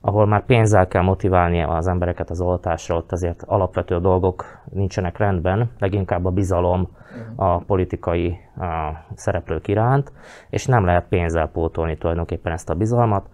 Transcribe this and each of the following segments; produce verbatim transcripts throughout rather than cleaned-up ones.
ahol már pénzzel kell motiválni az embereket az oltásra, ott azért alapvető dolgok nincsenek rendben, leginkább a bizalom a politikai a szereplők iránt, és nem lehet pénzzel pótolni tulajdonképpen ezt a bizalmat.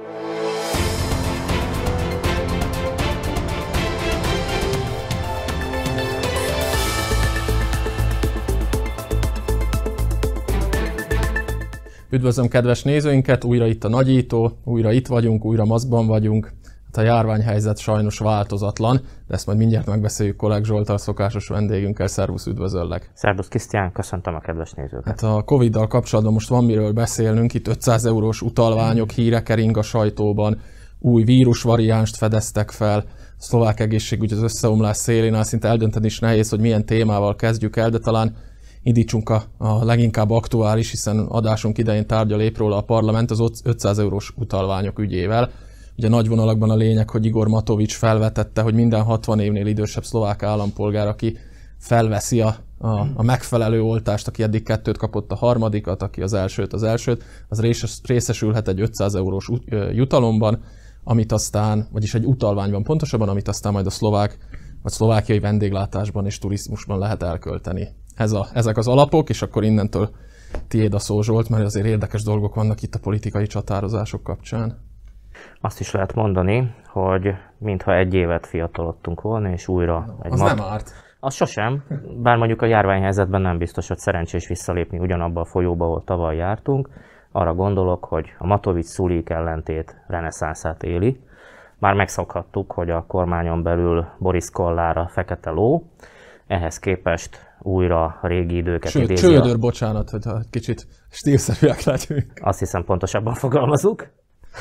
Üdvözlöm kedves nézőinket, újra itt a nagyító, újra itt vagyunk, újra maszkban vagyunk. Hát a járványhelyzet sajnos változatlan, de ezt majd mindjárt megbeszéljük Kolák Zsolttal, szokásos vendégünkkel. Szervusz, üdvözöllek! Szervusz Krisztián, köszöntöm a kedves nézőket! Hát a Coviddal kapcsolatban most van miről beszélnünk, itt ötszáz eurós utalványok, híre kering a sajtóban, új vírusvariánst fedeztek fel, a szlovák egészségügy az összeomlás szélén, szinte eldönteni is nehéz, hogy milyen témával kezdjük el, de talán indítsunk a, a leginkább aktuális, hiszen adásunk idején tárgyal épp róla a parlament az ötszáz eurós utalványok ügyével. Ugye nagy vonalakban a lényeg, hogy Igor Matovics felvetette, hogy minden hatvan évnél idősebb szlovák állampolgár, aki felveszi a, a, a megfelelő oltást, aki eddig kettőt kapott, a harmadikat, aki az elsőt, az elsőt, az részesülhet egy ötszáz eurós jutalomban, amit aztán, vagyis egy utalványban pontosabban, amit aztán majd a szlovák vagy szlovákiai vendéglátásban és turizmusban lehet elkölteni. Ez a, ezek az alapok, és akkor innentől tiéd a szó, Zsolt, mert azért érdekes dolgok vannak itt a politikai csatározások kapcsán. Azt is lehet mondani, hogy mintha egy évet fiatalodtunk volna, és újra no, egy az mat... nem árt. Az sosem, bár mondjuk a járványhelyzetben nem biztos, hogy szerencsés visszalépni ugyanabba a folyóba, ahol tavaly jártunk. Arra gondolok, hogy a Matovics-Sulík ellentét reneszánszát éli. Már megszokhattuk, hogy a kormányon belül Boris Kollára fekete ló, ehhez képest újra a régi időket Sőt, idézi. Csődör, a... bocsánat, hogy egy kicsit stílszerűek legyünk. Azt hiszem pontosabban fogalmazunk.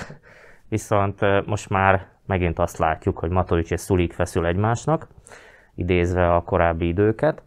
Viszont most már megint azt látjuk, hogy Matovics és Sulík feszül egymásnak, idézve a korábbi időket.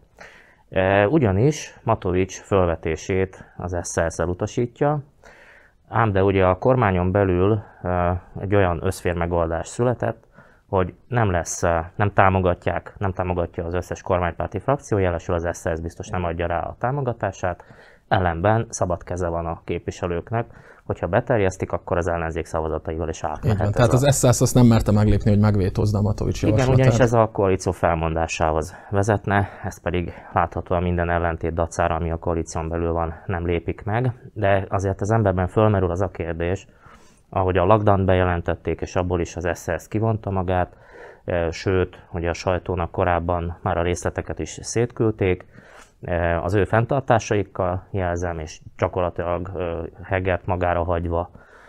Ugyanis Matovics fölvetését az es zé es elutasítja, ám de ugye a kormányon belül egy olyan összférmegoldás született, hogy nem lesz, nem támogatják, nem támogatja az összes kormánypárti frakció, jelesül az es zé es biztos nem adja rá a támogatását, ellenben szabad keze van a képviselőknek, hogyha beterjesztik, akkor az ellenzék szavazataival is átmehet. Tehát az es zé es azt nem merte meglépni, hogy megvétózza a Matovics javaslatát. Igen, ugyanis ez a koalíció felmondásához vezetne, ez pedig láthatóan minden ellentét dacára, ami a koalíción belül van, nem lépik meg. De azért az emberben fölmerül az a kérdés, ahogy a lockdown bejelentették, és abból is az es zé es kivonta magát, sőt, hogy a sajtónak korábban már a részleteket is szétküldték, az ő fenntartásaikkal jelzem, és gyakorlatilag Hegert magára hagyva,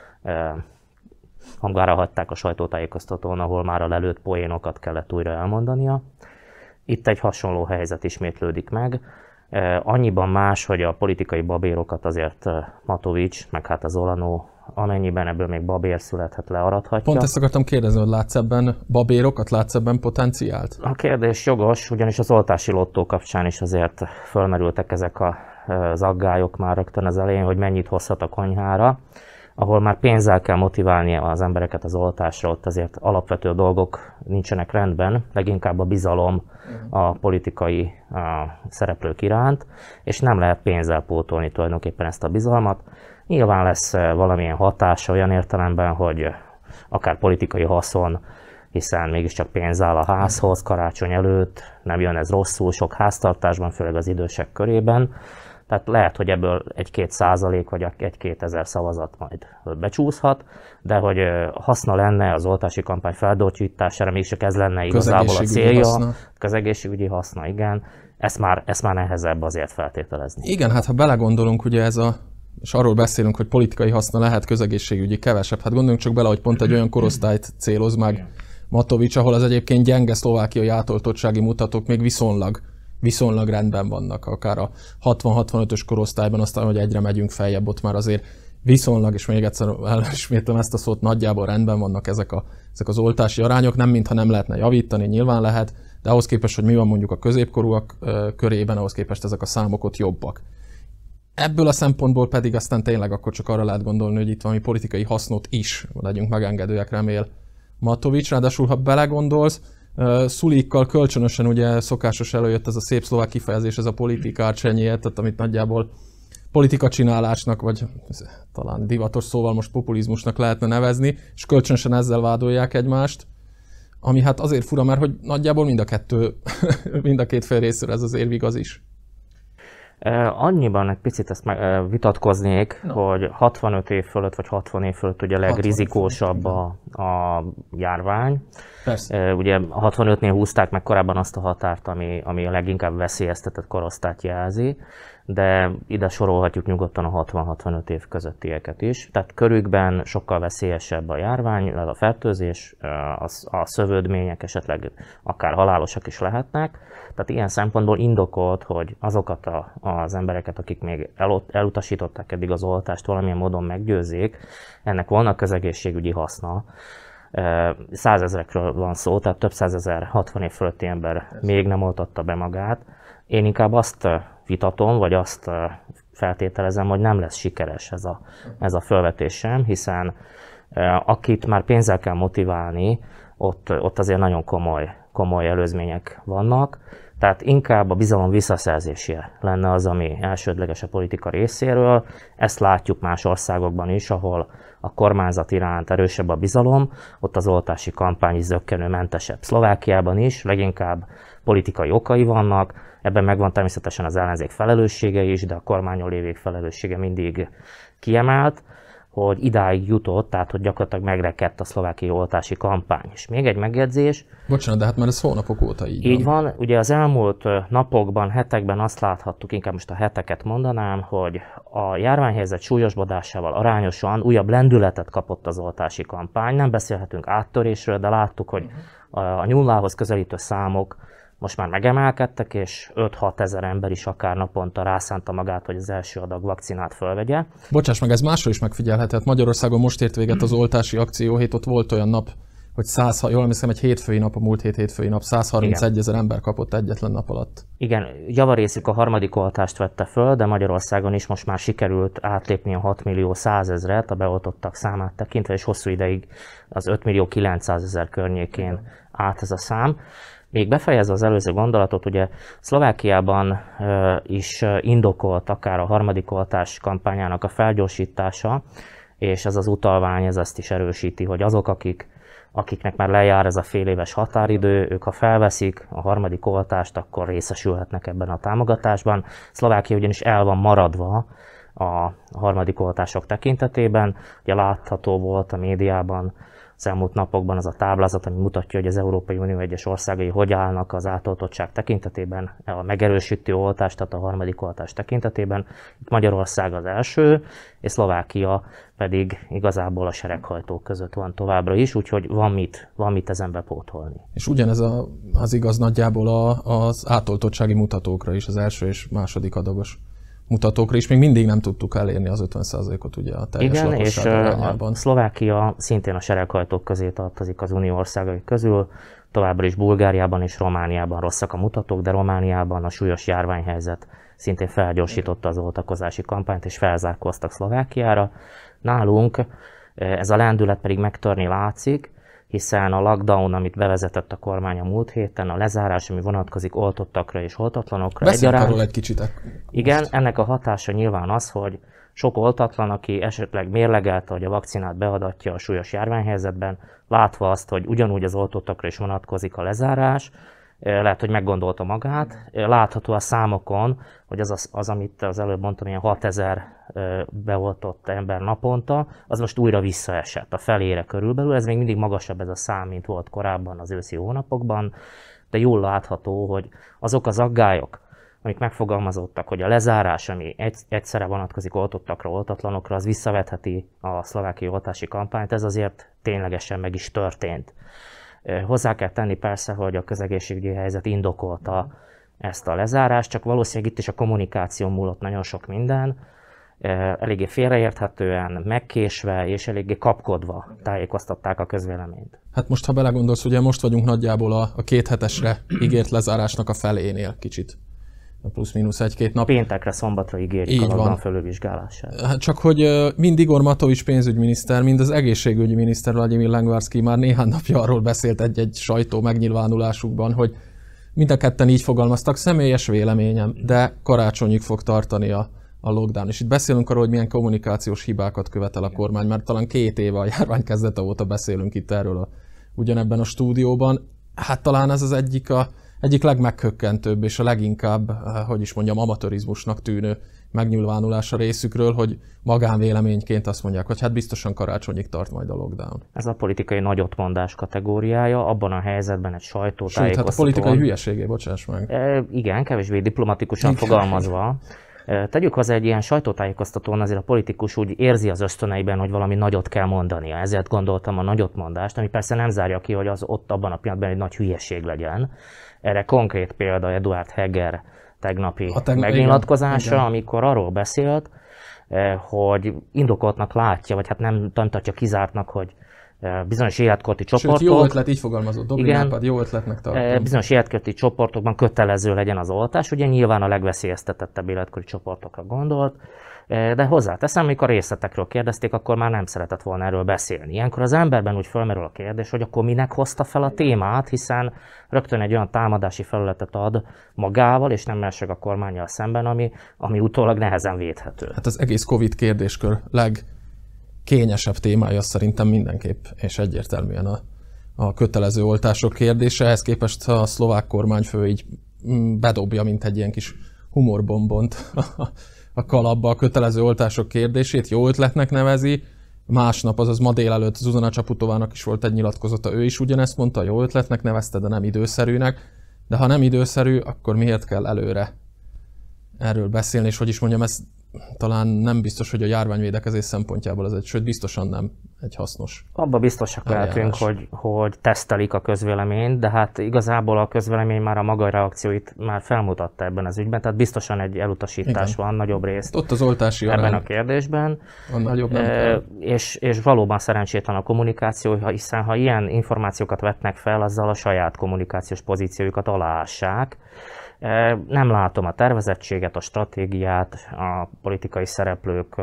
magára hagyták a sajtótájékoztatón, ahol már a lelőtt poénokat kellett újra elmondania. Itt egy hasonló helyzet ismétlődik meg. Annyiban más, hogy a politikai babérokat azért Matovics, meg hát az Olanó, amennyiben ebből még babér születhet, learadhatja. Pont ezt akartam kérdezni, hogy látsz ebben babérokat, látsz ebben potenciált? A kérdés jogos, ugyanis az oltási lottó kapcsán is azért fölmerültek ezek a, az aggályok már rögtön az elején, hogy mennyit hozhat a konyhára, ahol már pénzzel kell motiválni az embereket az oltásra, ott azért alapvető dolgok nincsenek rendben, leginkább a bizalom a politikai a szereplők iránt, és nem lehet pénzzel pótolni tulajdonképpen ezt a bizalmat. Nyilván lesz valamilyen hatása olyan értelemben, hogy akár politikai haszon, hiszen mégiscsak pénz áll a házhoz karácsony előtt, nem jön ez rosszul sok háztartásban, főleg az idősek körében. Tehát lehet, hogy ebből egy-két százalék vagy egy-két ezer szavazat majd becsúszhat, de hogy haszna lenne az oltási kampány feldolcsítására, mégiscsak ez lenne igazából a célja. Haszna. Közegészségügyi haszna, igen. Ezt már, ezt már nehezebb azért feltételezni. Igen, hát ha belegondolunk, ugye ez a és arról beszélünk, hogy politikai haszna lehet, közegészségügyi kevesebb. Hát gondoljunk csak bele, hogy pont egy olyan korosztályt céloz meg Matovics, ahol az egyébként gyenge szlovákiai átoltottsági mutatók még viszonylag, viszonylag rendben vannak. Akár a hatvan-hatvanötös korosztályban, aztán, hogy egyre megyünk feljebb, ott már azért viszonylag, és még egyszer elismétlem ezt a szót, nagyjából rendben vannak ezek, a, ezek az oltási arányok. Nem mintha nem lehetne javítani, nyilván lehet, de ahhoz képest, hogy mi van mondjuk a középkorúak körében, ahhoz képest ezek a számok ott jobbak. Ebből a szempontból pedig aztán tényleg akkor csak arra lehet gondolni, hogy itt valami politikai hasznot is legyünk megengedőek, remél Matovics. Ráadásul, ha belegondolsz, Sulíkkal kölcsönösen ugye szokásos előjött ez a szép szlovák kifejezés, ez a politikárcsenyér, tehát amit nagyjából politikacsinálásnak, vagy talán divatos szóval most populizmusnak lehetne nevezni, és kölcsönösen ezzel vádolják egymást, ami hát azért fura, mert hogy nagyjából mind a kettő, mind a két fél részéről ez az érv igaz is. Annyiban egy picit ezt meg, vitatkoznék, no. hogy hatvanöt év fölött, vagy hatvan év fölött ugye a legrizikósabb a, a járvány. Persze. Ugye a hatvanötnél húzták meg korábban azt a határt, ami, ami a leginkább veszélyeztetett korosztályt jelzi, de ide sorolhatjuk nyugodtan a hatvan-hatvanöt év közöttieket is. Tehát körükben sokkal veszélyesebb a járvány, a fertőzés, a, a szövődmények esetleg akár halálosak is lehetnek. Tehát ilyen szempontból indokolt, hogy azokat a, az embereket, akik még el, elutasították eddig az oltást, valamilyen módon meggyőzzék, ennek volna közegészségügyi haszna. Százezrekről van szó, tehát több százezer hatvan év fölötti ember még nem oltatta be magát. Én inkább azt vitatom, vagy azt feltételezem, hogy nem lesz sikeres ez a, ez a felvetés sem, hiszen akit már pénzzel kell motiválni, ott, ott azért nagyon komoly, komoly előzmények vannak. Tehát inkább a bizalom visszaszerzése lenne az, ami elsődleges a politika részéről. Ezt látjuk más országokban is, ahol a kormányzat iránt erősebb a bizalom, ott az oltási kampány is zökkenőmentesebb. Szlovákiában is leginkább politikai okai vannak, ebben megvan természetesen az ellenzék felelőssége is, de a kormányon lévők felelőssége mindig kiemelt, hogy idáig jutott, tehát hogy gyakorlatilag megrekedt a szlovákiai oltási kampány. És még egy megjegyzés. Bocsánat, de hát már ez hónapok óta így Így van. van. Ugye az elmúlt napokban, hetekben azt láthattuk, inkább most a heteket mondanám, hogy a járványhelyzet súlyosbodásával arányosan újabb lendületet kapott az oltási kampány. Nem beszélhetünk áttörésről, de láttuk, hogy a nullához közelítő számok most már megemelkedtek, és öt-hat ezer ember is akár naponta rászánta magát, hogy az első adag vakcinát fölvegye. Bocsáss meg, ez máshol is megfigyelhetett. Magyarországon most ért véget az oltási akcióhét, ott volt olyan nap, hogy száz, jól emlékszem, egy hétfői nap, a múlt hét hétfői nap, száz harmincegy ezer ember kapott egyetlen nap alatt. Igen, javarészük a harmadik oltást vette föl, de Magyarországon is most már sikerült átlépni a hat millió százezret a beoltottak számát tekintve, és hosszú ideig az öt millió kilencszázezer környékén állt ez a szám. Még befejezve az előző gondolatot, ugye Szlovákiában uh, is indokolt akár a harmadik oltás kampányának a felgyorsítása, és ez az utalvány ez ezt is erősíti, hogy azok, akik, akiknek már lejár ez a fél éves határidő, ők ha felveszik a harmadik oltást, akkor részesülhetnek ebben a támogatásban. Szlovákia ugyanis el van maradva a harmadik oltások tekintetében. Ugye látható volt a médiában az elmúlt napokban az a táblázat, ami mutatja, hogy az Európai Unió egyes országai hogy állnak az átoltottság tekintetében, a megerősítő oltás, tehát a harmadik oltás tekintetében. Itt Magyarország az első, és Szlovákia pedig igazából a sereghajtók között van továbbra is, úgyhogy van mit, van mit ezen bepótolni. És ugyanez a, az igaz nagyjából a, az átoltottsági mutatókra is, az első és második adagos mutatókra is, még mindig nem tudtuk elérni az ötven százalékot ugye a teljes Igen, lakosság és arányában. A Szlovákia szintén a sereghajtók közé tartozik az unió országai közül. Továbbra is Bulgáriában és Romániában rosszak a mutatók, de Romániában a súlyos járványhelyzet szintén felgyorsította az oltakozási kampányt, és felzárkóztak Szlovákiára. Nálunk ez a lendület pedig megtörni látszik, hiszen a lockdown, amit bevezetett a kormány a múlt héten, a lezárás, ami vonatkozik oltottakra és oltatlanokra egyaránt. Arról egy kicsit. Igen, most. Ennek a hatása nyilván az, hogy sok oltatlan, aki esetleg mérlegelte, hogy a vakcinát beadatja a súlyos járványhelyzetben, látva azt, hogy ugyanúgy az oltottakra is vonatkozik a lezárás, lehet, hogy meggondolta magát. Látható a számokon, hogy az, az, az amit az előbb mondtam, ilyen hatezer beoltott ember naponta, az most újra visszaesett a felére körülbelül. Ez még mindig magasabb ez a szám, mint volt korábban az őszi hónapokban, de jól látható, hogy azok az aggályok, amik megfogalmazottak, hogy a lezárás, ami egy, egyszerre vonatkozik oltottakra, oltatlanokra, az visszavetheti a szlovákiai oltási kampányt, ez azért ténylegesen meg is történt. Hozzá kell tenni persze, hogy a közegészségügyi helyzet indokolta ezt a lezárást, csak valószínűleg itt is a kommunikáció múlott nagyon sok minden, eléggé félreérthetően, megkésve és eléggé kapkodva tájékoztatták a közvéleményt. Hát most, ha belegondolsz, ugye most vagyunk nagyjából a, a két hetesre ígért lezárásnak a felénél kicsit. Plusz-minusz egy-két nap. Péntekre, szombatra ígérik a lockdown fölülvizsgálását. Hát csak hogy mind Igor Matovics pénzügyminiszter, mind az egészségügyi miniszter Vladimir Lengvarszky már néhány napja arról beszélt egy-egy sajtó megnyilvánulásukban, hogy mind a ketten így fogalmaztak, személyes véleményem, de karácsonyig fog tartani a a lockdown. És itt beszélünk arról, hogy milyen kommunikációs hibákat követel a kormány, mert talán két éve a járvány kezdete óta beszélünk itt erről a, ugyanebben a stúdióban. Hát talán ez az egyik, a, egyik legmeghökkentőbb és a leginkább, hogy is mondjam, amatőrizmusnak tűnő megnyilvánulás a részükről, hogy magánvéleményként azt mondják, hogy hát biztosan karácsonyig tart majd a lockdown. Ez a politikai nagyotmondás kategóriája, abban a helyzetben egy sajtótájékoztatón... Sőt, hát a politikai hülyeségé, bocsáss meg. E, igen, kevésbé diplomatikusan igen. fogalmazva. E, tegyük hozzá, egy ilyen sajtótájékoztatón azért a politikus úgy érzi az ösztöneiben, hogy valami nagyot kell mondania. Ezért gondoltam a nagyotmondást, ami persze nem zárja ki, hogy az ott abban a pillanatban egy nagy hülyeség legyen. Erre konkrét példa Eduard Heger tegnapi tegn- megnyilatkozása, igen, amikor arról beszélt, hogy indokoltnak látja, vagy hát nem tartja kizártnak, hogy bizonyos életkorti csoportok... Sőt, jó ötlet, így fogalmazott, Dobrinárpád, jó ötletnek tartom. Bizonyos életkorti csoportokban kötelező legyen az oltás, ugye nyilván a legveszélyeztetettebb életkori csoportokra gondolt, de hozzáteszem, amikor részletekről kérdezték, akkor már nem szeretett volna erről beszélni. Ilyenkor az emberben úgy fölmerül a kérdés, hogy akkor minek hozta fel a témát, hiszen rögtön egy olyan támadási felületet ad magával, és nem merseg a kormánnyal szemben, ami, ami utólag nehezen védhető. Hát az egész Covid kérdéskör legkényesebb témája szerintem mindenképp, és egyértelműen a, a kötelező oltások kérdése. Ehhez képest a szlovák kormányfő így bedobja, mint egy ilyen kis humorbombont a kalapba a kötelező oltások kérdését, jó ötletnek nevezi. Másnap, azaz ma délelőtt Zuzana Csaputovának is volt egy nyilatkozata, ő is ugyanezt mondta, jó ötletnek nevezte, de nem időszerűnek. De ha nem időszerű, akkor miért kell előre erről beszélni, és hogy is mondjam, ez talán nem biztos, hogy a járványvédekezés szempontjából ez egy, sőt biztosan nem egy hasznos. Abba biztosak lehetünk, hogy, hogy tesztelik a közvéleményt, de hát igazából a közvélemény már a maga reakcióit már felmutatta ebben az ügyben, tehát biztosan egy elutasítás igen. van nagyobb részt ott az oltási ebben arány. a kérdésben. A nagyobb nem e, és, és valóban szerencsétlen a kommunikáció, hiszen ha ilyen információkat vetnek fel, azzal a saját kommunikációs pozíciójukat aláássák. Nem látom a tervezettséget, a stratégiát, a politikai szereplők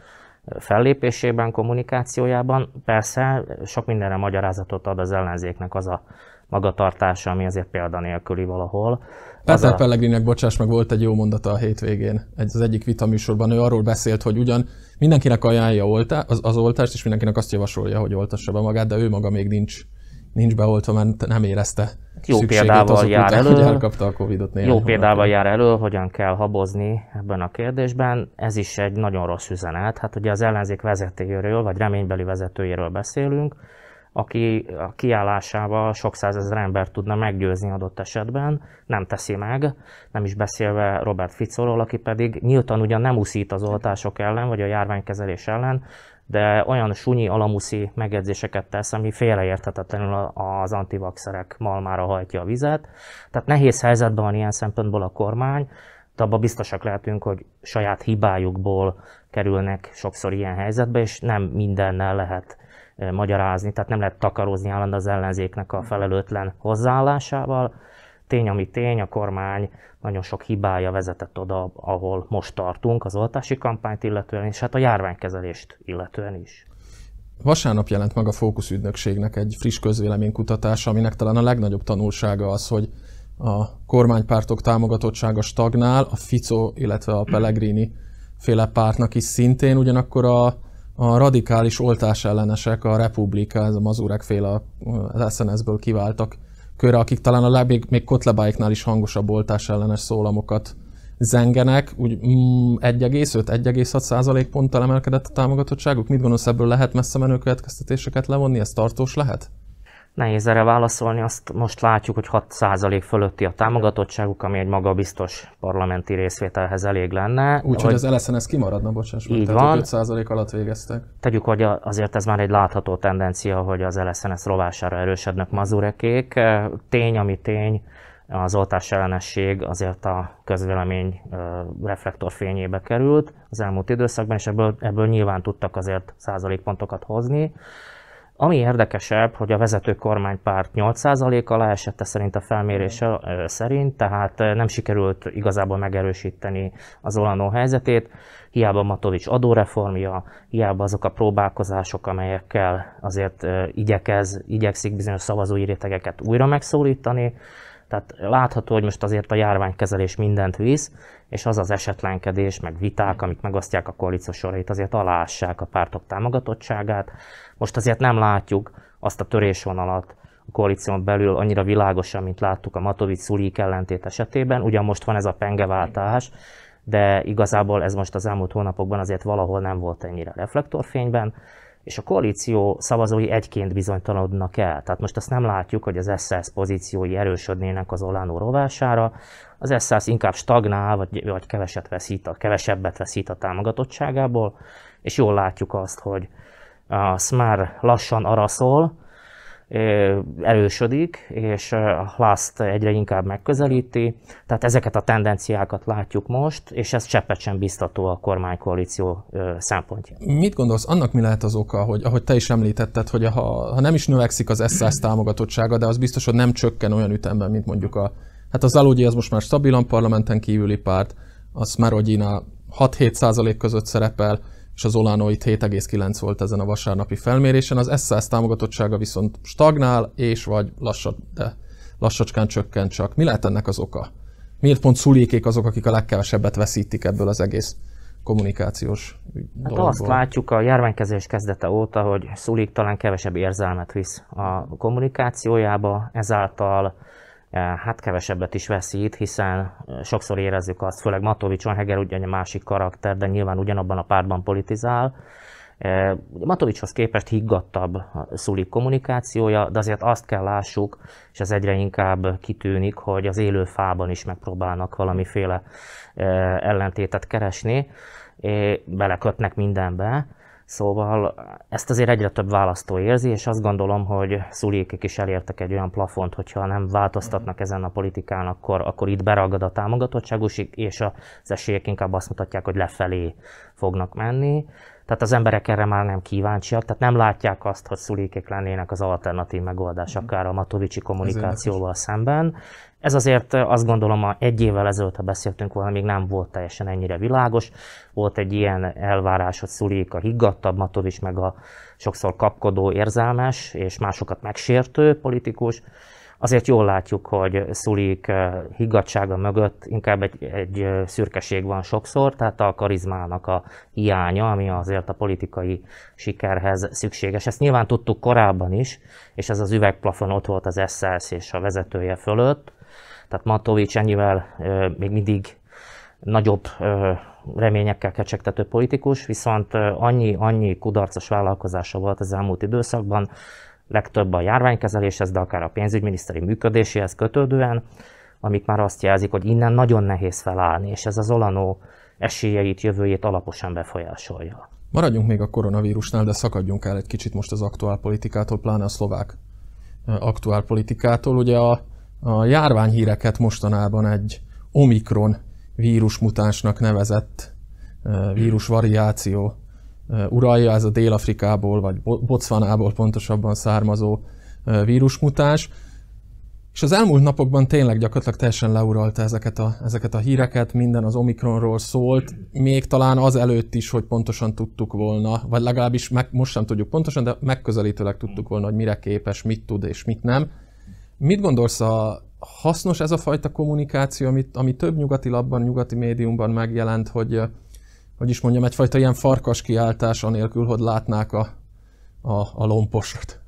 fellépésében, kommunikációjában. Persze sok mindenre magyarázatot ad az ellenzéknek az a magatartása, ami azért példanélküli valahol. Péter a... Pellegrinek, bocsáss meg, volt egy jó mondata a hétvégén. Egy, az egyik vitaműsorban ő arról beszélt, hogy ugyan mindenkinek ajánlja oltá, az, az oltást, és mindenkinek azt javasolja, hogy oltassa be magát, de ő maga még nincs, nincs beoltva, mert nem érezte jó példával jár után, elő, hogy elkapta a Covidot néhány jó példával jár elő, hogyan kell habozni ebben a kérdésben. Ez is egy nagyon rossz üzenet. Hát ugye az ellenzék vezetőjéről, vagy reménybeli vezetőjéről beszélünk, aki a kiállásával sok százezer embert tudna meggyőzni adott esetben, nem teszi meg, nem is beszélve Robert Ficóról, aki pedig nyíltan ugyan nem uszít az oltások ellen, vagy a járványkezelés ellen, de olyan sunyi, alamuszi megjegyzéseket tesz, ami félreérthetetlenül az antivaxerek malmára hajtja a vizet. Tehát nehéz helyzetben van ilyen szempontból a kormány, de abban biztosak lehetünk, hogy saját hibájukból kerülnek sokszor ilyen helyzetbe, és nem mindennel lehet magyarázni, tehát nem lehet takarózni állandóan az ellenzéknek a felelőtlen hozzáállásával. Tény, ami tény, a kormány nagyon sok hibája vezetett oda, ahol most tartunk az oltási kampányt illetően, és hát a járványkezelést illetően is. Vasárnap jelent meg a Fókusz ügynökségnek egy friss közvéleménykutatás, aminek talán a legnagyobb tanulsága az, hogy a kormánypártok támogatottsága stagnál, a Fico, illetve a Pellegrini féle pártnak is szintén, ugyanakkor a, a radikális oltásellenesek, a Republika, ez a Mazurek féle az es en es-ből kiváltak körre, akik talán a még, még Kotlebáiknál is hangosabb oltásellenes szólamokat zengenek, úgy mm, egy egész öt - egy egész hat százalékponttal emelkedett a támogatottságuk. Mit gondolsz, ebből lehet messze menő következtetéseket levonni? Ez tartós lehet? Nehéz erre válaszolni, azt most látjuk, hogy hat százalék fölötti a támogatottságuk, ami egy magabiztos parlamenti részvételhez elég lenne. Úgyhogy az el es en es kimaradna, bocsáss meg, tehát van. öt százalék alatt végeztek. Tegyük, hogy azért ez már egy látható tendencia, hogy az el es en es rovására erősödnek mazurekék. Tény, ami tény, az oltás ellenesség azért a közvélemény reflektorfényébe került az elmúlt időszakban, és ebből, ebből nyilván tudtak azért százalékpontokat hozni. Ami érdekesebb, hogy a vezető kormánypárt nyolc százalék alá esett szerint a felmérése szerint, tehát nem sikerült igazából megerősíteni az Olanó helyzetét. Hiába Matovics adóreformja, hiába azok a próbálkozások, amelyekkel azért igyekez, igyekszik bizonyos szavazói rétegeket újra megszólítani. Tehát látható, hogy most azért a járványkezelés mindent visz, és az az esetlenkedés, meg viták, amik megosztják a koalíció sorait, azért aláássák a pártok támogatottságát. Most azért nem látjuk azt a törésvonalat a koalíción belül annyira világosan, mint láttuk a Matovics-Sulík ellentét esetében. Ugyan most van ez a pengeváltás, de igazából ez most az elmúlt hónapokban azért valahol nem volt ennyire reflektorfényben, és a koalíció szavazói egyként bizonytalanodnak el. Tehát most azt nem látjuk, hogy az es zé pozíciói erősödnének az Olano rovására. Az es zé inkább stagnál, vagy, vagy keveset veszít a, kevesebbet veszít a támogatottságából, és jól látjuk azt, hogy a Smer lassan araszol, erősödik, és a Last egyre inkább megközelíti. Tehát ezeket a tendenciákat látjuk most, és ez cseppet sem biztató a kormánykoalíció szempontjából. Mit gondolsz, annak mi lehet az oka, hogy ahogy te is említetted, hogy ha, ha nem is növekszik az es zé támogatottsága, de az biztos, hogy nem csökken olyan ütemben, mint mondjuk a... Hát az Zalogyi az most már stabilan parlamenten kívüli párt, a Smerogyina hat-hét százalék között szerepel, és az Olano itt hét egész kilenc volt ezen a vasárnapi felmérésen. Az es zé támogatottsága viszont stagnál, és vagy lassat, de lassacskán csökkent csak. Mi lehet ennek az oka? Miért pont Sulíkék azok, akik a legkevesebbet veszítik ebből az egész kommunikációs hát dologból? Azt látjuk a járványkezelés kezdete óta, hogy Sulík talán kevesebb érzelmet visz a kommunikációjába, ezáltal hát kevesebbet is veszít, hiszen sokszor érezzük azt, főleg Matovics, Heger ugyan egy másik karakter, de nyilván ugyanabban a pártban politizál. Matovicshoz képest higgadtabb a Sulík kommunikációja, de azért azt kell lássuk, és ez egyre inkább kitűnik, hogy az élő fában is megpróbálnak valamiféle ellentétet keresni, belekötnek mindenbe. Szóval ezt azért egyre több választó érzi, és azt gondolom, hogy Sulíkék is elértek egy olyan plafont, hogyha nem változtatnak ezen a politikán, akkor, akkor itt beragad a támogatottságuk, és az esélyek inkább azt mutatják, hogy lefelé fognak menni. Tehát az emberek erre már nem kíváncsiak, tehát nem látják azt, hogy Sulíkék lennének az alternatív megoldás, akár a matovicsi kommunikációval szemben. Ez azért azt gondolom, egy évvel ezelőtt, ha beszéltünk volna, még nem volt teljesen ennyire világos. Volt egy ilyen elvárás, hogy Sulík a higgadtabb, Matovics meg a sokszor kapkodó, érzelmes és másokat megsértő politikus. Azért jól látjuk, hogy Sulík higgadtsága mögött inkább egy, egy szürkeség van sokszor, tehát a karizmának a hiánya, ami azért a politikai sikerhez szükséges. Ezt nyilván tudtuk korábban is, és ez az üvegplafon ott volt az es zé es és a vezetője fölött. Tehát Matovics ennyivel euh, még mindig nagyobb euh, reményekkel kecsegtető politikus, viszont euh, annyi, annyi kudarcos vállalkozása volt az elmúlt időszakban, legtöbb a járványkezeléshez, de akár a pénzügyminiszteri működéséhez kötődően, amik már azt jelzik, hogy innen nagyon nehéz felállni, és ez az Olano esélyeit, jövőjét alaposan befolyásolja. Maradjunk még a koronavírusnál, de szakadjunk el egy kicsit most az aktuálpolitikától, pláne a szlovák aktuálpolitikától. Ugye a, a járványhíreket mostanában egy Omikron vírusmutánsnak nevezett vírusvariáció uralja, ez a Dél-Afrikából, vagy Botswanából pontosabban származó vírusmutáns. És az elmúlt napokban tényleg gyakorlatilag teljesen leuralta ezeket a, ezeket a híreket, minden az Omikronról szólt, még talán az előtt is, hogy pontosan tudtuk volna, vagy legalábbis meg, most sem tudjuk pontosan, de megközelítőleg tudtuk volna, hogy mire képes, mit tud és mit nem. Mit gondolsz, a hasznos ez a fajta kommunikáció, amit, ami több nyugati labban, nyugati médiumban megjelent, hogy hogy is mondjam, egyfajta ilyen farkas kiáltás anélkül, hogy látnák a, a, a lomposat?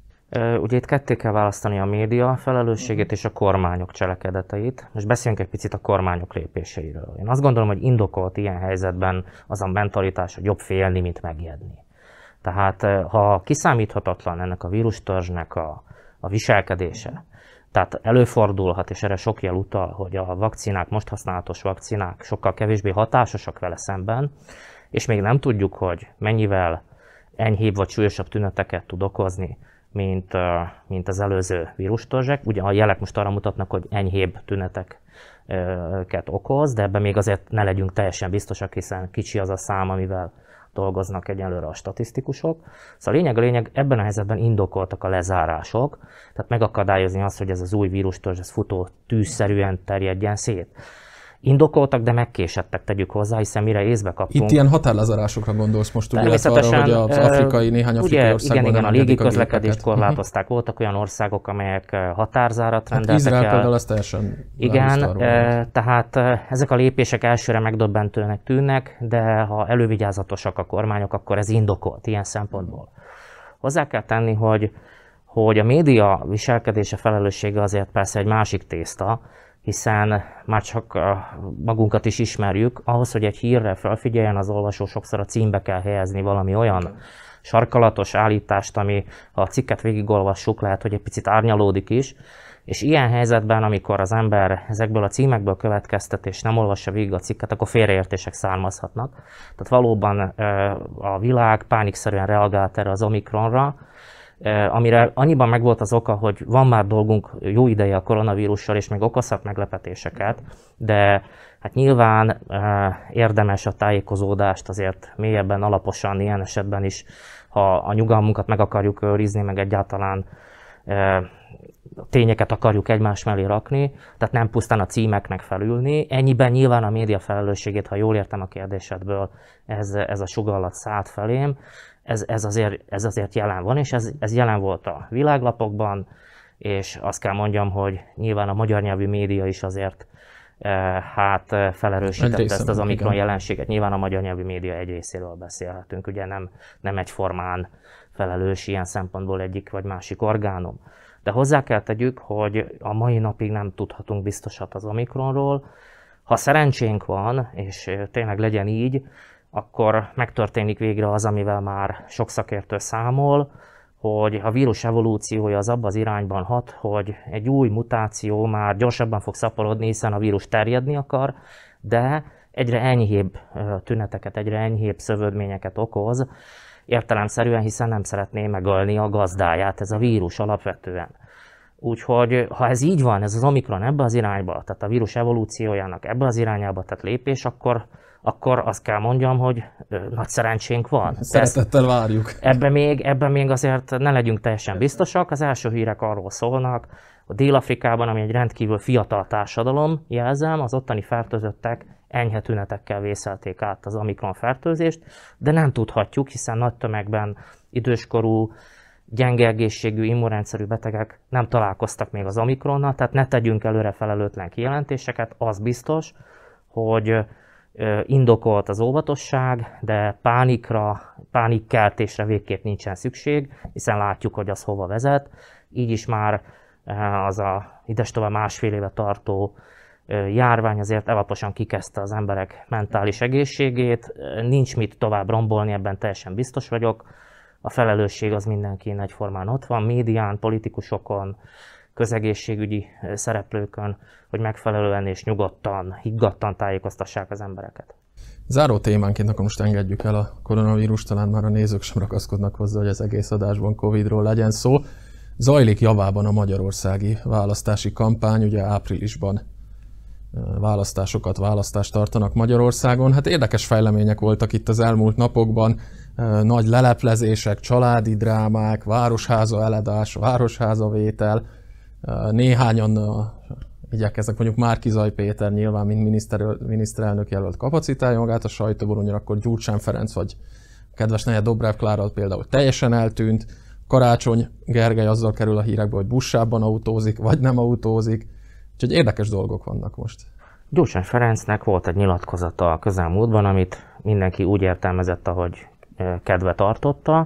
Ugye itt ketté kell választani a média felelősségét és a kormányok cselekedeteit. Most beszéljünk egy picit a kormányok lépéseiről. Én azt gondolom, hogy indokolt ilyen helyzetben az a mentalitás, hogy jobb félni, mint megijedni. Tehát ha kiszámíthatatlan ennek a vírustörzsnek a, a viselkedése, tehát előfordulhat, és erre sok jel utal, hogy a vakcinák, most használatos vakcinák sokkal kevésbé hatásosak vele szemben, és még nem tudjuk, hogy mennyivel enyhébb vagy súlyosabb tüneteket tud okozni, mint, mint az előző vírustörzsek. Ugye a jelek most arra mutatnak, hogy enyhébb tüneteket okoz, de ebben még azért ne legyünk teljesen biztosak, hiszen kicsi az a szám, amivel dolgoznak egyelőre a statisztikusok. Szóval a lényeg a lényeg, ebben a helyzetben indokoltak a lezárások, tehát megakadályozni azt, hogy ez az új vírustörzs ez futó tűzszerűen terjedjen szét. Indokoltak, de megkésettek, tegyük hozzá, hiszen mire észbe kaptunk. Itt ilyen határlezárásokra gondolsz most, ugye, arra, hogy az afrikai, néhány afrikai ugye, országban igen, igen, a légi közlekedést a korlátozták, uh-huh. voltak olyan országok, amelyek határzárat rendeltek hát Izrael el. például az teljesen igen, e, tehát ezek a lépések elsőre megdöbbentőnek tűnnek, de ha elővigyázatosak a kormányok, akkor ez indokolt ilyen szempontból. Hozzá kell tenni, hogy, hogy a média viselkedése, felelőssége azért persze egy másik tészta, hiszen már csak magunkat is ismerjük, ahhoz, hogy egy hírre felfigyeljen az olvasó, sokszor a címbe kell helyezni valami olyan sarkalatos állítást, ami, ha a cikket végigolvassuk, lehet, hogy egy picit árnyalódik is, és ilyen helyzetben, amikor az ember ezekből a címekből következtet, és nem olvassa végig a cikket, akkor félreértések származhatnak. Tehát valóban a világ pánikszerűen reagált erre az Omikronra, amire annyiban megvolt az oka, hogy van már dolgunk jó ideje a koronavírussal, és még okozhat meglepetéseket, de hát nyilván érdemes a tájékozódást azért mélyebben, alaposan, ilyen esetben is, ha a nyugalmunkat meg akarjuk őrizni, meg egyáltalán tényeket akarjuk egymás mellé rakni, tehát nem pusztán a címeknek felülni. Ennyiben nyilván a média felelősségét, ha jól értem a kérdésedből, ez, ez a sugallat szállt felém. Ez, ez, azért, ez azért jelen van, és ez, ez jelen volt a világlapokban, és azt kell mondjam, hogy nyilván a magyar nyelvű média is azért eh, hát felerősítette ezt az Omikron jelenséget. Nyilván a magyar nyelvű média egy részéről beszélhetünk, ugye nem, nem egyformán felelős ilyen szempontból egyik vagy másik orgánum. De hozzá kell tegyük, hogy a mai napig nem tudhatunk biztosat az Omikronról. Ha szerencsénk van, és tényleg legyen így, akkor megtörténik végre az, amivel már sok szakértő számol, hogy a vírus evolúciója az abba az irányban hat, hogy egy új mutáció már gyorsabban fog szaporodni, hiszen a vírus terjedni akar, de egyre enyhébb tüneteket, egyre enyhébb szövődményeket okoz, értelemszerűen, hiszen nem szeretné megölni a gazdáját ez a vírus alapvetően. Úgyhogy ha ez így van, ez az Omikron ebbe az irányba, tehát a vírus evolúciójának ebbe az irányába tett lépés, akkor akkor azt kell mondjam, hogy nagy szerencsénk van. Szeretettel várjuk. Ebben még, ebben még azért ne legyünk teljesen biztosak. Az első hírek arról szólnak, hogy Dél-Afrikában, ami egy rendkívül fiatal társadalom, jelzem, az ottani fertőzöttek enyhe tünetekkel vészelték át az Omikron fertőzést, de nem tudhatjuk, hiszen nagy tömegben időskorú, gyenge egészségű, immunrendszerű betegek nem találkoztak még az Omikronnal, tehát ne tegyünk előre felelőtlen kijelentéseket, az biztos, hogy indokolt az óvatosság, de pánikra, pánikkeltésre végképp nincsen szükség, hiszen látjuk, hogy az hova vezet. Így is már az a idestova másfél éve tartó járvány azért alaposan kikezdte az emberek mentális egészségét. Nincs mit tovább rombolni, ebben teljesen biztos vagyok. A felelősség az mindenkin egyformán ott van, médián, politikusokon, közegészségügyi szereplőkön, hogy megfelelően és nyugodtan, higgadtan tájékoztassák az embereket. Záró témánként akkor most engedjük el a koronavírust, talán már a nézők sem ragaszkodnak hozzá, hogy az egész adásban Covidról legyen szó. Zajlik javában a magyarországi választási kampány, ugye áprilisban választásokat, választást tartanak Magyarországon. Hát érdekes fejlemények voltak itt az elmúlt napokban, nagy leleplezések, családi drámák, városháza eladás, városháza vétel. Néhányan igyekeznek, mondjuk Márki-Zay Péter nyilván, mint miniszter, miniszterelnök jelölt kapacitálja magát a sajtóban, ugyanakkor Gyurcsány Ferenc vagy kedves neje Dobrev Klára például teljesen eltűnt. Karácsony Gergely azzal kerül a hírekbe, hogy buszában autózik, vagy nem autózik. Úgyhogy érdekes dolgok vannak most. Gyurcsány Ferencnek volt egy nyilatkozata a közelmúltban, amit mindenki úgy értelmezett, ahogy kedve tartotta.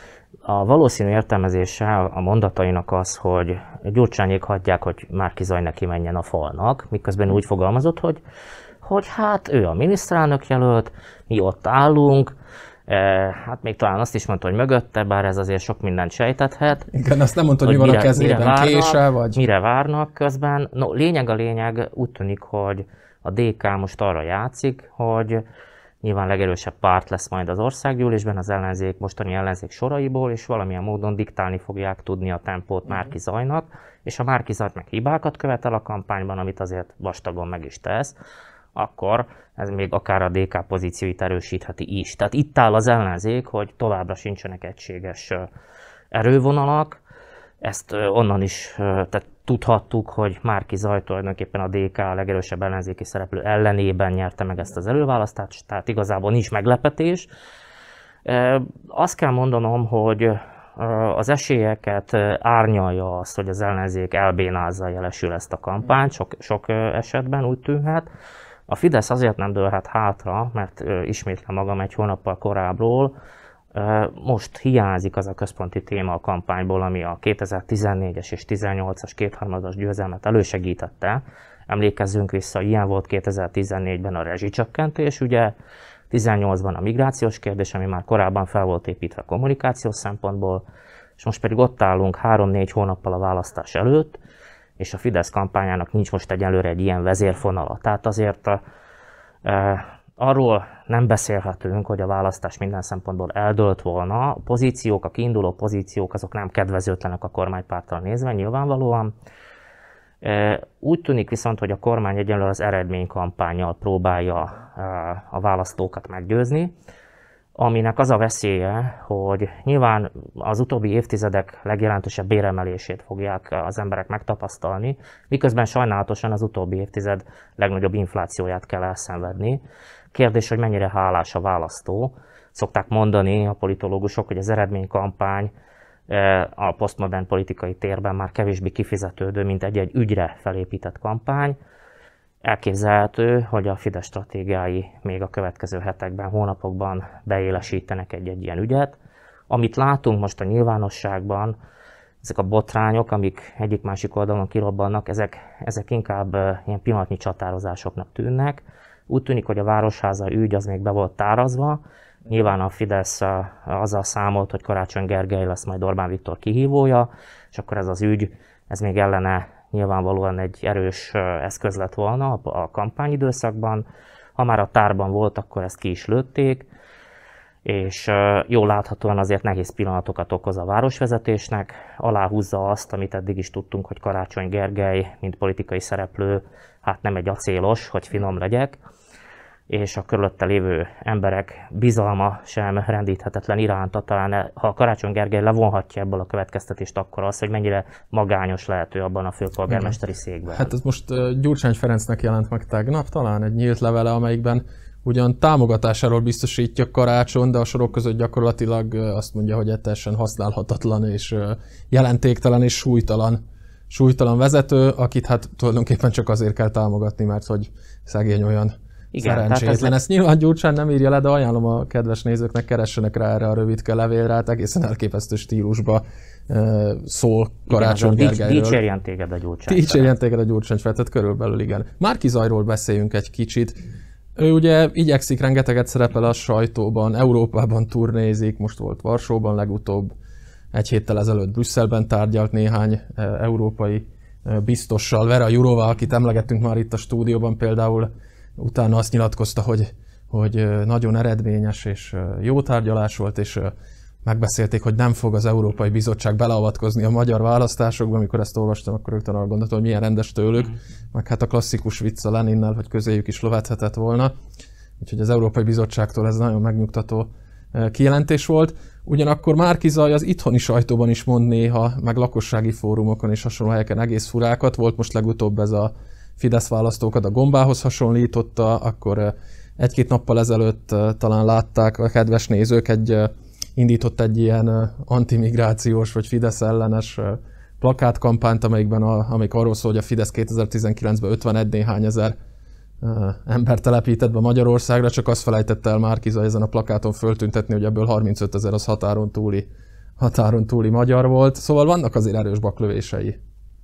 A valószínű értelmezése a mondatainak az, hogy Gyurcsányék hagyják, hogy Márki-Zay neki menjen a falnak, miközben úgy fogalmazott, hogy, hogy hát ő a miniszterelnök jelölt, mi ott állunk, e, hát még talán azt is mondta, hogy mögötte, bár ez azért sok mindent sejtethet. Igen, azt nem mondta, hogy mi van mire, a kezében, kése vagy... Mire várnak közben. No, lényeg a lényeg, úgy tűnik, hogy a dé ká most arra játszik, hogy nyilván legerősebb párt lesz majd az országgyűlésben, az ellenzék, mostani ellenzék soraiból, és valamilyen módon diktálni fogják tudni a tempót Márki-Zaynak, és ha Márki-Zay meg hibákat követel a kampányban, amit azért vastagon meg is tesz, akkor ez még akár a dé ká pozícióit erősítheti is. Tehát itt áll az ellenzék, hogy továbbra sincsenek egységes erővonalak, ezt onnan is, tehát tudhattuk, hogy Márki Zaj tulajdonképpen a dé ká, a legerősebb ellenzéki szereplő ellenében nyerte meg ezt az előválasztást, tehát igazából nincs meglepetés. Azt kell mondanom, hogy az esélyeket árnyalja azt, hogy az ellenzék elbénázza jelesül ezt a kampányt, sok, sok esetben úgy tűnhet. A Fidesz azért nem dőlhet hátra, mert ismétlem magam egy hónappal korábbról, most hiányzik az a központi téma a kampányból, ami a kétezer-tizennégyes és tizennyolcas kétharmados győzelmet elősegítette. Emlékezzünk vissza, ilyen volt kétezer-tizennégyben a rezsicsökkentés, ugye, tizennyolcban a migrációs kérdés, ami már korábban fel volt építve kommunikációs szempontból, és most pedig ott állunk három-négy hónappal a választás előtt, és a Fidesz kampányának nincs most egyelőre egy ilyen vezérfonala. Tehát azért e, arról nem beszélhetünk, hogy a választás minden szempontból eldőlt volna. A pozíciók, a kiinduló pozíciók azok nem kedvezőtlenek a kormánypárttal nézve, nyilvánvalóan. E, úgy tűnik viszont, hogy a kormány egyenlőre az eredménykampánnyal próbálja e, a választókat meggyőzni, aminek az a veszélye, hogy nyilván az utóbbi évtizedek legjelentősebb béremelését fogják az emberek megtapasztalni, miközben sajnálatosan az utóbbi évtized legnagyobb inflációját kell elszenvedni. Kérdés, hogy mennyire hálás a választó. Szokták mondani a politológusok, hogy az eredménykampány a posztmodern politikai térben már kevésbé kifizetődő, mint egy-egy ügyre felépített kampány. Elképzelhető, hogy a Fidesz stratégiái még a következő hetekben, hónapokban beélesítenek egy-egy ilyen ügyet. Amit látunk most a nyilvánosságban, ezek a botrányok, amik egyik-másik oldalon kirobbannak, ezek, ezek inkább ilyen pillanatnyi csatározásoknak tűnnek. Úgy tűnik, hogy a Városháza ügy az még be volt tárazva. Nyilván a Fidesz azzal számolt, hogy Karácsony Gergely lesz majd Orbán Viktor kihívója, és akkor ez az ügy, ez még ellene nyilvánvalóan egy erős eszköz lett volna a kampányidőszakban. Ha már a tárban volt, akkor ezt ki is lőtték, és jól láthatóan azért nehéz pillanatokat okoz a városvezetésnek. Aláhúzza azt, amit eddig is tudtunk, hogy Karácsony Gergely, mint politikai szereplő, hát nem egy acélos, hogy finom legyek, és a körülötte lévő emberek bizalma sem rendíthetetlen iránta. Talán ha Karácsony Gergely levonhatja ebből a következtetést, akkor az, hogy mennyire magányos lehető abban a főpolgármesteri székben. Hát ez most uh, Gyurcsány Ferencnek jelent meg tegnap talán egy nyílt levele, amelyikben ugyan támogatásáról biztosítja Karácsony, de a sorok között gyakorlatilag uh, azt mondja, hogy teljesen használhatatlan és uh, jelentéktelen és súlytalan, súlytalan vezető, akit hát tulajdonképpen csak azért kell támogatni, mert hogy szegény olyan igen, szerencsétlen. Ez... Ezt nyilván Gyurcsány nem írja le, de ajánlom a kedves nézőknek, keressenek rá erre a rövidke levélre, hát egészen elképesztő stílusba uh, szól Karácsony Gergelyről. Dicsérjen téged a Gyurcsány. Dicsérjen téged a Gyurcsány fel, tehát körülbelül igen. Márki Zajról beszéljünk egy kicsit. Ő ugye igyekszik, rengeteget szerepel a sajtóban, Európában turnézik, most volt Varsóban legutóbb, egy héttel ezelőtt Brüsszelben tárgyalt néhány uh, európai uh, biztossal, Vera Jourová, akit emlegettünk már itt a stúdióban például, utána azt nyilatkozta, hogy, hogy nagyon eredményes és jó tárgyalás volt, és megbeszélték, hogy nem fog az Európai Bizottság beleavatkozni a magyar választásokba. Amikor ezt olvastam, akkor rögtön arra gondoltam, hogy milyen rendes tőlük, mm. meg hát a klasszikus vicc a Leninnel, hogy közéjük is lövethetett volna. Úgyhogy az Európai Bizottságtól ez nagyon megnyugtató kijelentés volt. Ugyanakkor Márki Zaj az itthoni sajtóban is mond néha, meg lakossági fórumokon és hasonló helyeken egész furákat. Volt most legutóbb ez a Fidesz választókat a gombához hasonlította, akkor egy-két nappal ezelőtt talán látták a kedves nézők, egy, indított egy ilyen antimigrációs vagy Fidesz ellenes plakátkampányt, amelyikben a, amelyik arról szól, hogy a Fidesz kétezer-tizenkilencben ötvenegy néhány ezer ember telepített be Magyarországra, csak azt felejtette el Márki Zaj ezen a plakáton föltüntetni, hogy ebből harmincöt ezer az határon túli, határon túli magyar volt. Szóval vannak azért erős baklövései.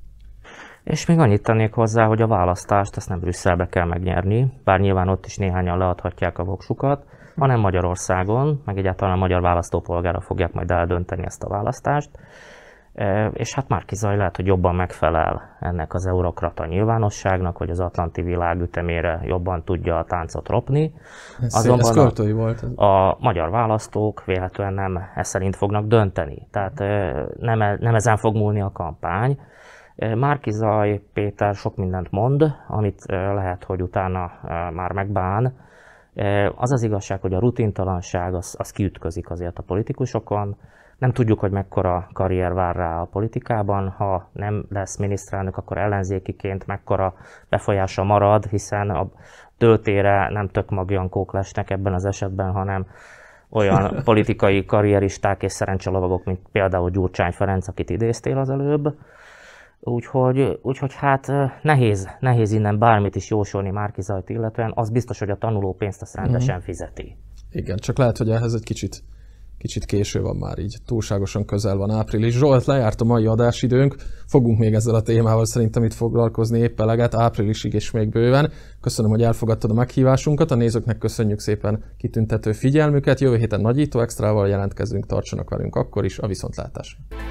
És még annyit tennék hozzá, hogy a választást ezt nem Brüsszelbe kell megnyerni, bár nyilván ott is néhányan leadhatják a voksukat, hanem Magyarországon, meg egyáltalán a magyar választópolgárok fogják majd eldönteni ezt a választást. És hát Márki Zaj lehet, hogy jobban megfelel ennek az eurokrata nyilvánosságnak, hogy az atlanti világ ütemére jobban tudja a táncot ropni. Ez, Azonban ez költői volt. A, a magyar választók véletlenül nem ez szerint fognak dönteni. Tehát nem, nem ezen fog múlni a kampány. Márki Zaj Péter sok mindent mond, amit lehet, hogy utána már megbán. Az az igazság, hogy a rutintalanság az, az kiütközik azért a politikusokon. Nem tudjuk, hogy mekkora karrier vár rá a politikában, ha nem lesz miniszterelnök, akkor ellenzékiként mekkora befolyása marad, hiszen a töltére nem tök magjankók lesnek ebben az esetben, hanem olyan politikai karrieristák és szerencselovagok, mint például Gyurcsány Ferenc, akit idéztél az előbb. Úgyhogy, úgyhogy hát nehéz, nehéz innen bármit is jósolni Márki-Zajt illetően, az biztos, hogy a tanulópénzt azt rendesen mm. fizeti. Igen, csak lehet, hogy ehhez egy kicsit, kicsit késő van már így, túlságosan közel van április. Zsolt, lejárt a mai adásidőnk, fogunk még ezzel a témával szerintem itt foglalkozni épp eleget, áprilisig és még bőven. Köszönöm, hogy elfogadtad a meghívásunkat, a nézőknek köszönjük szépen kitüntető figyelmüket, jövő héten nagyító extrával jelentkezünk, tartsanak velünk akkor is, a viszontlátásra.